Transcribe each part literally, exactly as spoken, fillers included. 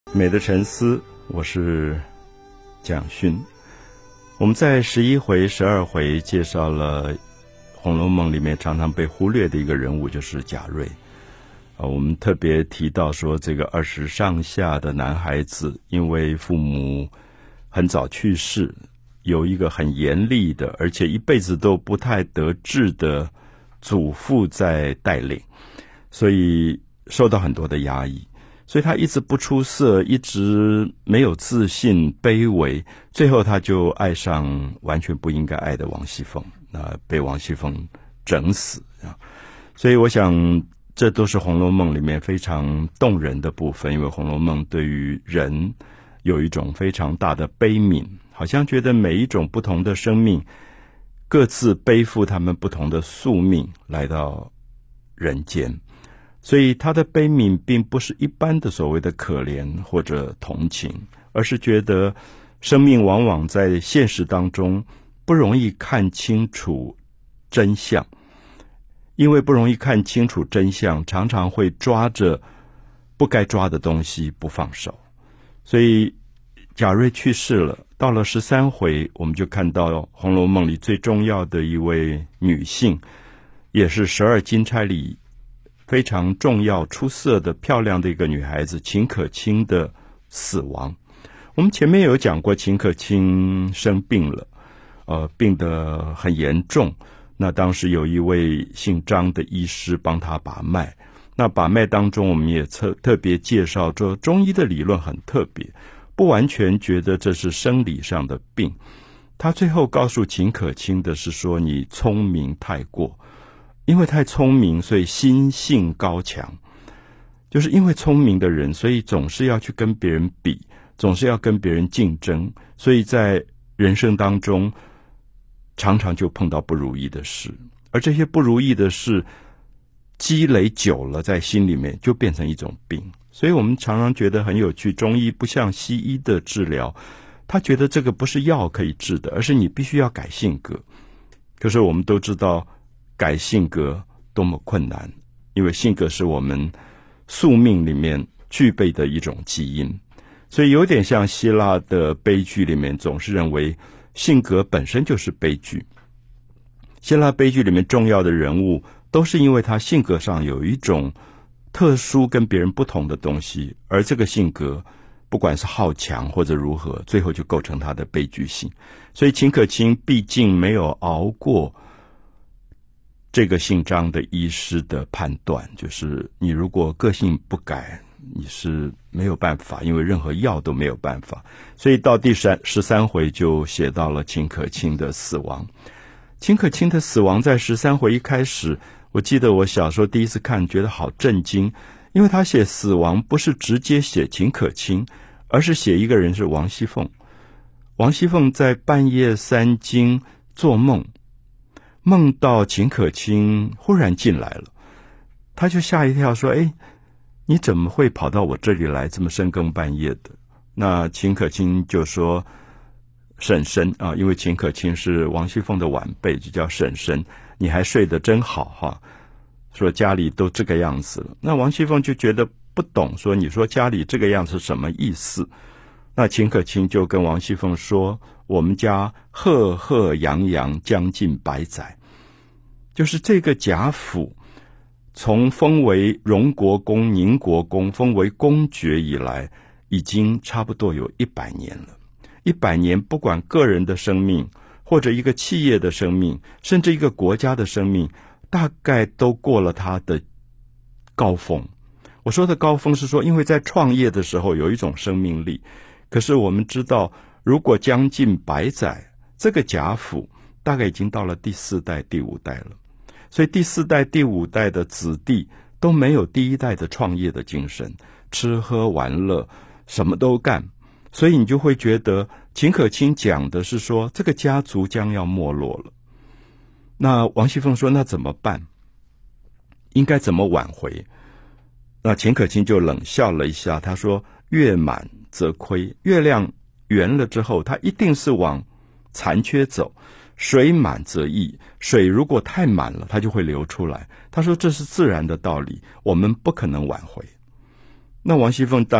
美的沉思，我是蒋勋。我们在十一回、十二回介绍了《红楼梦》里面常常被忽略的一个人物，就是贾瑞。啊，我们特别提到说，这个二十上下的男孩子，因为父母很早去世，有一个很严厉的，而且一辈子都不太得志的祖父在带领，所以受到很多的压抑。所以他一直不出色，一直没有自信，卑微，最后他就爱上完全不应该爱的王熙凤，那被王熙凤整死。所以我想这都是《红楼梦》里面非常动人的部分，因为《红楼梦》对于人有一种非常大的悲悯，好像觉得每一种不同的生命各自背负他们不同的宿命来到人间。所以他的悲悯并不是一般的所谓的可怜或者同情，而是觉得生命往往在现实当中不容易看清楚真相，因为不容易看清楚真相，常常会抓着不该抓的东西不放手。所以贾瑞去世了，到了十三回，我们就看到《红楼梦》里最重要的一位女性，也是十二金钗里非常重要、出色的、漂亮的一个女孩子秦可卿的死亡。我们前面有讲过，秦可卿生病了，呃，病得很严重。那当时有一位姓张的医师帮她把脉。那把脉当中，我们也特特别介绍说，中医的理论很特别，不完全觉得这是生理上的病。他最后告诉秦可卿的是说，你聪明太过。因为太聪明，所以心性高强，就是因为聪明的人，所以总是要去跟别人比，总是要跟别人竞争，所以在人生当中常常就碰到不如意的事，而这些不如意的事积累久了，在心里面就变成一种病。所以我们常常觉得很有趣，中医不像西医的治疗，他觉得这个不是药可以治的，而是你必须要改性格。可是我们都知道改性格多么困难，因为性格是我们宿命里面具备的一种基因，所以有点像希腊的悲剧里面总是认为性格本身就是悲剧。希腊悲剧里面重要的人物都是因为他性格上有一种特殊跟别人不同的东西，而这个性格不管是好强或者如何，最后就构成他的悲剧性。所以秦可卿毕竟没有熬过这个姓张的医师的判断，就是你如果个性不改，你是没有办法，因为任何药都没有办法。所以到第三十三回就写到了秦可卿的死亡。秦可卿的死亡在十三回一开始，我记得我小时候第一次看觉得好震惊，因为他写死亡不是直接写秦可卿，而是写一个人是王熙凤。王熙凤在半夜三更做梦，梦到秦可卿忽然进来了，他就吓一跳说，诶，你怎么会跑到我这里来，这么深更半夜的？那秦可卿就说，婶婶啊，因为秦可卿是王熙凤的晚辈，就叫婶婶，你还睡得真好哈，说家里都这个样子了。那王熙凤就觉得不懂，说你说家里这个样子什么意思？那秦可卿就跟王熙凤说，我们家赫赫扬扬将近百载，就是这个贾府从封为荣国公、宁国公，封为公爵以来，已经差不多有一百年了。一百年，不管个人的生命，或者一个企业的生命，甚至一个国家的生命，大概都过了它的高峰。我说的高峰是说，因为在创业的时候有一种生命力，可是我们知道，如果将近百载，这个贾府大概已经到了第四代、第五代了。所以第四代、第五代的子弟都没有第一代的创业的精神，吃喝玩乐什么都干。所以你就会觉得秦可卿讲的是说，这个家族将要没落了。那王熙凤说，那怎么办？应该怎么挽回？那秦可卿就冷笑了一下，他说，月满则亏，月亮圆了之后，它一定是往残缺走。水满则溢，水如果太满了，它就会流出来。他说这是自然的道理，我们不可能挽回。那王熙凤当然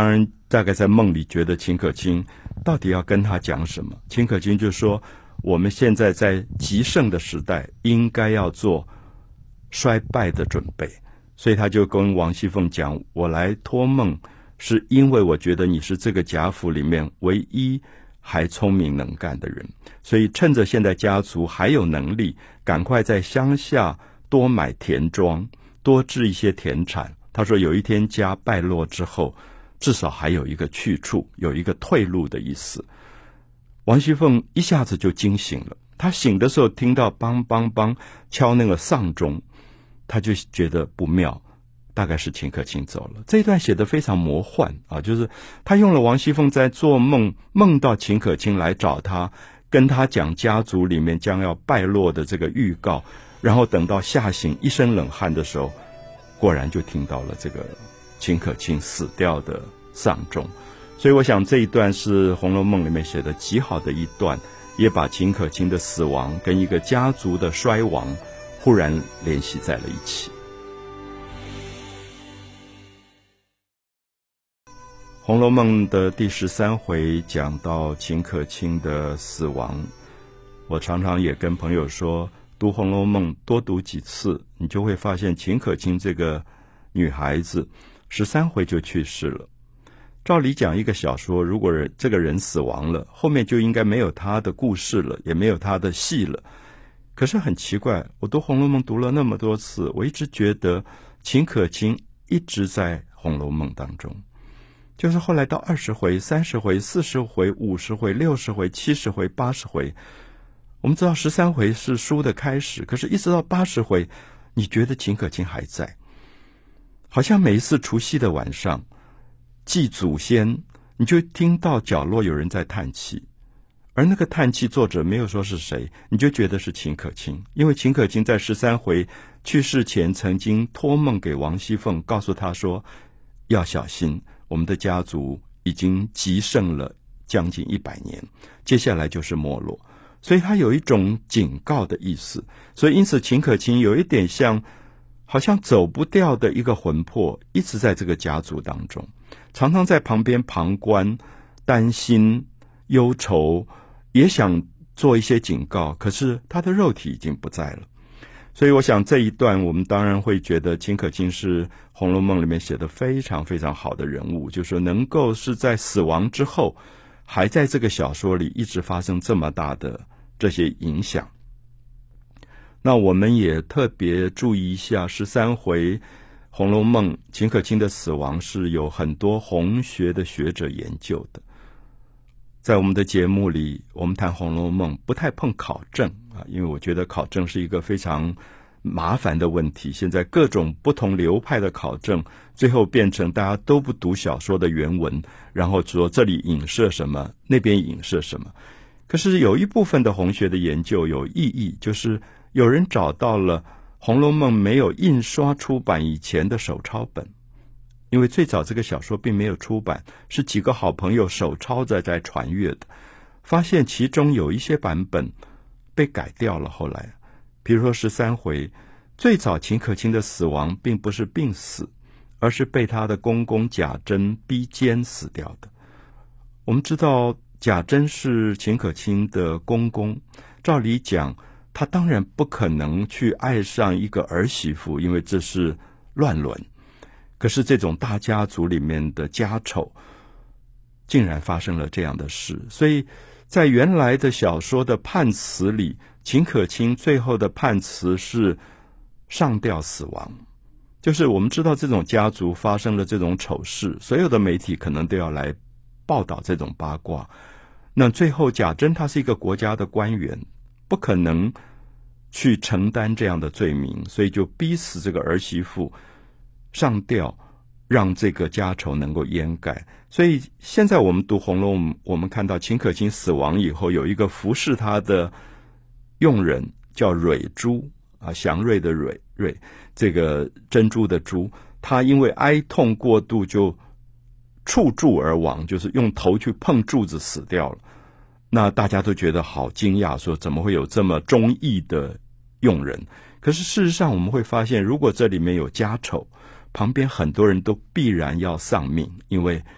大概在梦里觉得秦可卿到底要跟他讲什么。秦可卿就说，我们现在在极盛的时代，应该要做衰败的准备。所以他就跟王熙凤讲，我来托梦是因为我觉得你是这个贾府里面唯一还聪明能干的人，所以趁着现在家族还有能力，赶快在乡下多买田庄，多置一些田产。他说有一天家败落之后，至少还有一个去处，有一个退路的意思。王熙凤一下子就惊醒了，她醒的时候听到梆梆梆敲那个丧钟，她就觉得不妙，大概是秦可卿走了。这一段写得非常魔幻啊，就是他用了王熙凤在做梦梦到秦可卿来找他，跟他讲家族里面将要败落的这个预告，然后等到吓醒一身冷汗的时候，果然就听到了这个秦可卿死掉的丧钟。所以我想这一段是《红楼梦》里面写的极好的一段，也把秦可卿的死亡跟一个家族的衰亡忽然联系在了一起。《红楼梦》的第十三回讲到秦可卿的死亡，我常常也跟朋友说，读《红楼梦》多读几次，你就会发现秦可卿这个女孩子十三回就去世了。照理讲，一个小说如果这个人死亡了，后面就应该没有他的故事了，也没有他的戏了。可是很奇怪，我读《红楼梦》读了那么多次，我一直觉得秦可卿一直在《红楼梦》当中。就是后来到二十回、三十回、四十回、五十回、六十回、七十回、八十回，我们知道十三回是书的开始，可是一直到八十回，你觉得秦可卿还在，好像每一次除夕的晚上祭祖先，你就听到角落有人在叹气，而那个叹气作者没有说是谁，你就觉得是秦可卿，因为秦可卿在十三回去世前曾经托梦给王熙凤，告诉她说要小心，我们的家族已经极盛了将近一百年，接下来就是没落，所以他有一种警告的意思。所以因此秦可卿有一点像好像走不掉的一个魂魄，一直在这个家族当中，常常在旁边旁观，担心忧愁，也想做一些警告，可是他的肉体已经不在了。所以我想这一段我们当然会觉得秦可卿是《红楼梦》里面写的非常非常好的人物，就是说能够是在死亡之后还在这个小说里一直发生这么大的这些影响。那我们也特别注意一下十三回《红楼梦》秦可卿的死亡是有很多红学的学者研究的。在我们的节目里，我们谈《红楼梦》不太碰考证啊，因为我觉得考证是一个非常麻烦的问题。现在各种不同流派的考证，最后变成大家都不读小说的原文，然后说这里影射什么，那边影射什么。可是有一部分的红学的研究有意义，就是有人找到了《红楼梦》没有印刷出版以前的手抄本，因为最早这个小说并没有出版，是几个好朋友手抄着在传阅的，发现其中有一些版本被改掉了。后来比如说十三回，最早秦可卿的死亡并不是病死，而是被他的公公贾珍逼奸死掉的。我们知道贾珍是秦可卿的公公，照理讲他当然不可能去爱上一个儿媳妇，因为这是乱伦。可是这种大家族里面的家丑竟然发生了这样的事，所以在原来的小说的判词里，秦可卿最后的判词是上吊死亡。就是我们知道这种家族发生了这种丑事，所有的媒体可能都要来报道这种八卦。那最后贾珍他是一个国家的官员，不可能去承担这样的罪名，所以就逼死这个儿媳妇上吊，让这个家丑能够掩盖。所以现在我们读《红楼梦》，我们看到秦可卿死亡以后，有一个服侍他的佣人叫蕊珠啊，祥瑞的蕊，瑞这个珍珠的珠，他因为哀痛过度就触柱而亡，就是用头去碰柱子死掉了。那大家都觉得好惊讶，说怎么会有这么忠义的佣人？可是事实上我们会发现，如果这里面有家丑，旁边很多人都必然要丧命，因为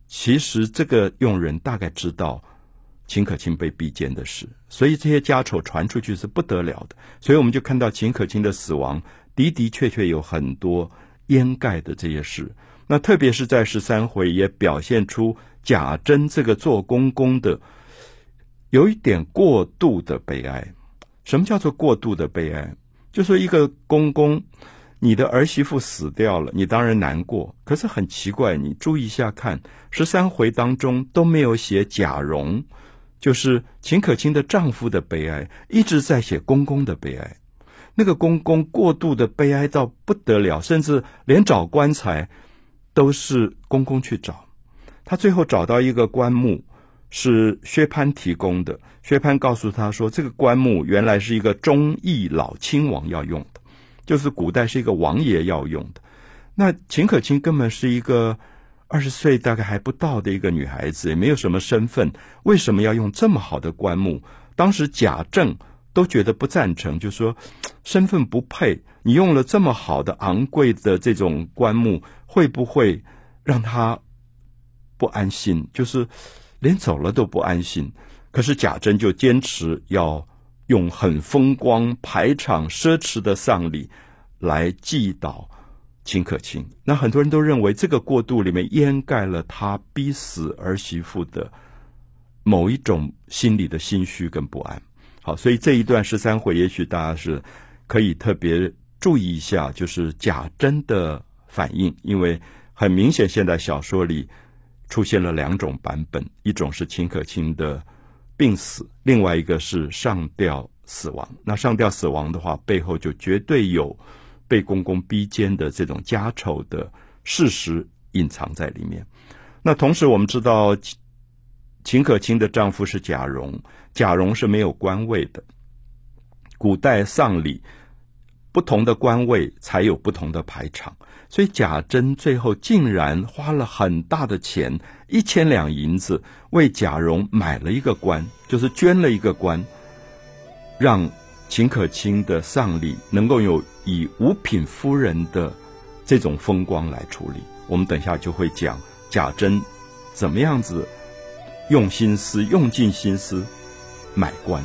其实这个佣人大概知道秦可卿被逼奸的事，所以这些家丑传出去是不得了的。所以我们就看到秦可卿的死亡的的确确有很多掩盖的这些事。那特别是在十三回也表现出贾珍这个做公公的有一点过度的悲哀。什么叫做过度的悲哀？就说一个公公，你的儿媳妇死掉了，你当然难过，可是很奇怪，你注意一下看，十三回当中都没有写贾蓉，就是秦可卿的丈夫的悲哀，一直在写公公的悲哀。那个公公过度的悲哀到不得了，甚至连找棺材都是公公去找。他最后找到一个棺木是薛蟠提供的，薛蟠告诉他说，这个棺木原来是一个忠义老亲王要用的，就是古代是一个王爷要用的。那秦可卿根本是一个二十岁大概还不到的一个女孩子，也没有什么身份，为什么要用这么好的棺木？当时贾政都觉得不赞成，就说身份不配，你用了这么好的昂贵的这种棺木，会不会让他不安心，就是连走了都不安心。可是贾珍就坚持要用很风光排场奢侈的丧礼来祭悼秦可卿。那很多人都认为这个过渡里面掩盖了他逼死儿媳妇的某一种心理的心虚跟不安。好，所以这一段十三回也许大家是可以特别注意一下，就是贾珍的反应，因为很明显现在小说里出现了两种版本，一种是秦可卿的病死，另外一个是上吊死亡。那上吊死亡的话，背后就绝对有被公公逼奸的这种家丑的事实隐藏在里面。那同时我们知道秦可卿的丈夫是贾蓉，贾蓉是没有官位的，古代丧礼不同的官位才有不同的排场，所以贾珍最后竟然花了很大的钱，一千两银子为贾蓉买了一个官，就是捐了一个官，让秦可卿的丧礼能够有以五品夫人的这种风光来处理。我们等一下就会讲贾珍怎么样子用心思用尽心思买官。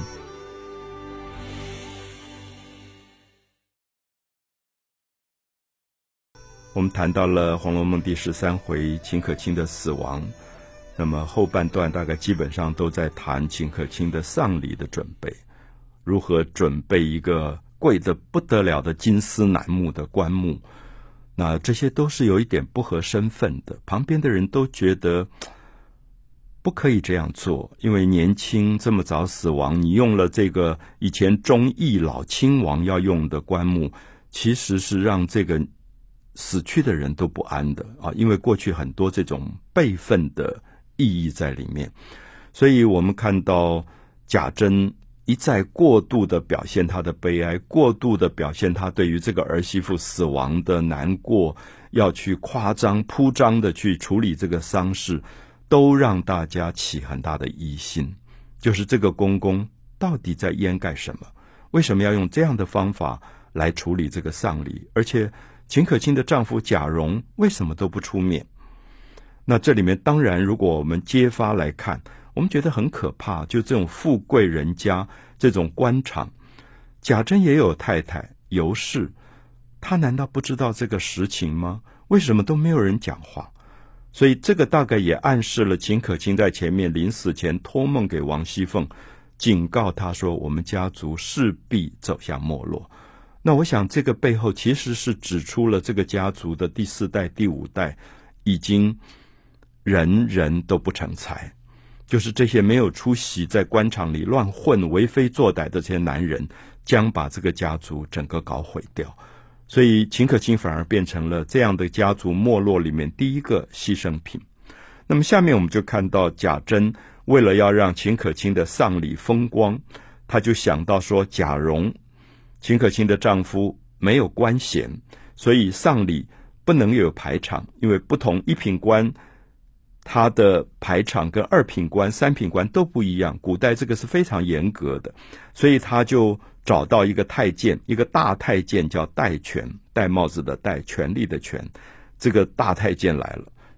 我们谈到了《红楼梦》第十三回秦可卿的死亡，那么后半段大概基本上都在谈秦可卿的丧礼的准备，如何准备一个贵得不得了的金丝楠木的棺木。那这些都是有一点不合身份的，旁边的人都觉得不可以这样做，因为年轻这么早死亡，你用了这个以前忠义老亲王要用的棺木，其实是让这个死去的人都不安的啊，因为过去很多这种辈分的意义在里面。所以我们看到贾珍一再过度的表现他的悲哀，过度的表现他对于这个儿媳妇死亡的难过，要去夸张铺张的去处理这个丧事，都让大家起很大的疑心，就是这个公公到底在掩盖什么？为什么要用这样的方法来处理这个丧礼？而且秦可卿的丈夫贾蓉为什么都不出面？那这里面当然如果我们揭发来看，我们觉得很可怕，就这种富贵人家这种官场，贾珍也有太太尤氏，他难道不知道这个实情吗？为什么都没有人讲话？所以这个大概也暗示了秦可卿在前面临死前托梦给王熙凤，警告他说我们家族势必走向没落。那我想这个背后其实是指出了这个家族的第四代第五代已经人人都不成才，就是这些没有出息在官场里乱混为非作歹的这些男人将把这个家族整个搞毁掉。所以秦可卿反而变成了这样的家族没落里面第一个牺牲品。那么下面我们就看到贾珍为了要让秦可卿的丧礼风光，他就想到说贾蓉秦可卿的丈夫没有官衔，所以丧礼不能有排场，因为不同一品官他的排场跟二品官三品官都不一样，古代这个是非常严格的，所以他就找到一个太监，一个大太监叫戴权，戴帽子的戴，权力的权，这个大太监来了，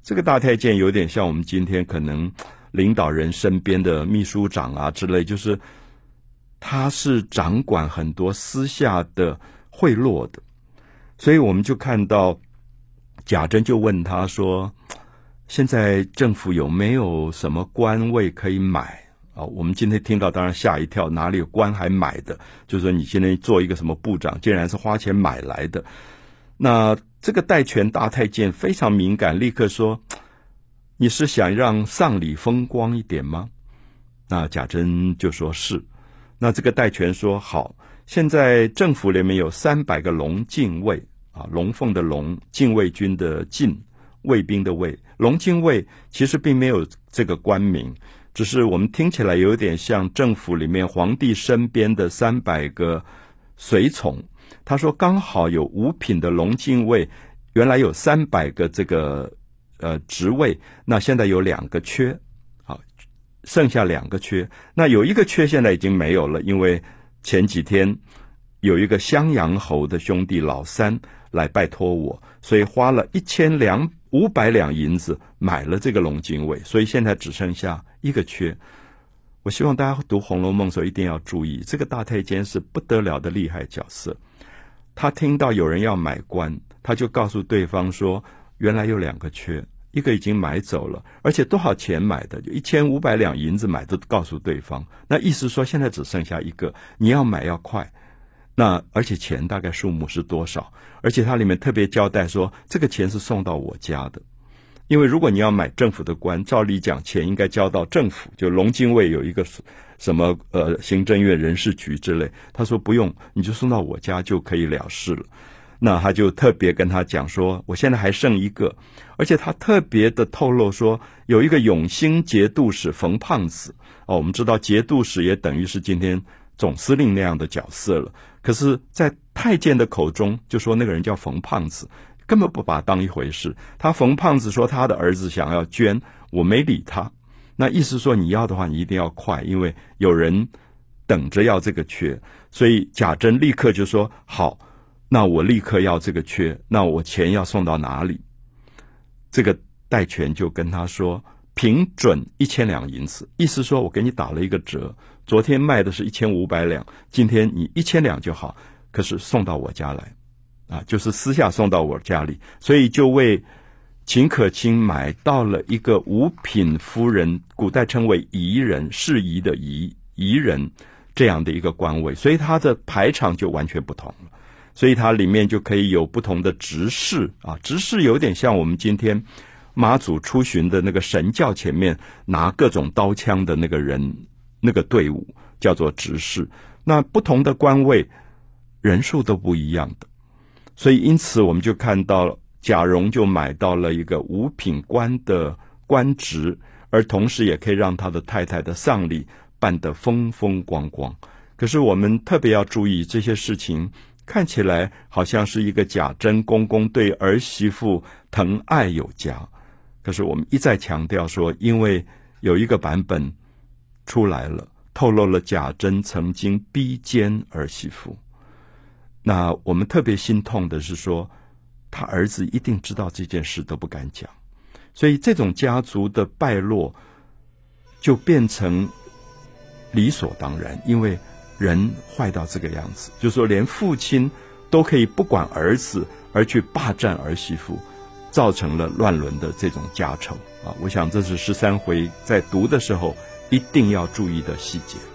这个大太监有点像我们今天可能领导人身边的秘书长啊之类，就是他是掌管很多私下的贿赂的。所以我们就看到贾珍就问他说，现在政府有没有什么官位可以买啊？我们今天听到当然吓一跳，哪里有官还买的？就是说你今天做一个什么部长，竟然是花钱买来的。那这个戴权大太监非常敏感，立刻说，你是想让丧礼风光一点吗？那贾珍就说是。那这个戴权说，好，现在政府里面有三百个龙禁卫啊，龙凤的龙，禁卫军的禁，卫兵的卫。龙禁卫其实并没有这个官名，只是我们听起来有点像政府里面皇帝身边的三百个随从。他说刚好有五品的龙禁卫，原来有三百个这个呃职位，那现在有两个缺，好，剩下两个缺。那有一个缺现在已经没有了，因为前几天有一个襄阳侯的兄弟老三来拜托我，所以花了一千两五百两银子买了这个龙禁卫，所以现在只剩下一个缺。我希望大家读《红楼梦》的时候一定要注意，这个大太监是不得了的厉害角色。他听到有人要买官，他就告诉对方说，原来有两个缺，一个已经买走了，而且多少钱买的？就一千五百两银子买的，告诉对方。那意思说现在只剩下一个，你要买要快。那而且钱大概数目是多少？而且它里面特别交代说，这个钱是送到我家的。因为如果你要买政府的官，照理讲钱应该交到政府，就龙禁卫有一个什么呃行政院人事局之类，他说不用，你就送到我家就可以了事了。那他就特别跟他讲说，我现在还剩一个，而且他特别的透露说，有一个永兴节度使冯胖子哦，我们知道节度使也等于是今天总司令那样的角色了，可是在太监的口中就说那个人叫冯胖子，根本不把他当一回事。他冯胖子说他的儿子想要捐，我没理他。那意思说你要的话你一定要快，因为有人等着要这个缺。所以贾珍立刻就说，好，那我立刻要这个缺，那我钱要送到哪里？这个戴权就跟他说，平准一千两银子，意思说我给你打了一个折，昨天卖的是一千五百两，今天你一千两就好，可是送到我家来啊，就是私下送到我家里。所以就为秦可卿买到了一个五品夫人，古代称为仪人，适宜的仪，仪人这样的一个官位，所以他的排场就完全不同了。所以它里面就可以有不同的执事啊，执事有点像我们今天妈祖出巡的那个神教前面拿各种刀枪的那个人，那个队伍叫做执事。那不同的官位人数都不一样的，所以因此我们就看到贾蓉就买到了一个五品官的官职，而同时也可以让他的太太的丧礼办得风风光光。可是我们特别要注意，这些事情看起来好像是一个贾珍公公对儿媳妇疼爱有加，可是我们一再强调说，因为有一个版本出来了，透露了贾珍曾经逼奸儿媳妇。那我们特别心痛的是说，他儿子一定知道这件事都不敢讲，所以这种家族的败落就变成理所当然，因为人坏到这个样子，就是说连父亲都可以不管儿子而去霸占儿媳妇，造成了乱伦的这种家丑啊！我想这是十三回在读的时候一定要注意的细节。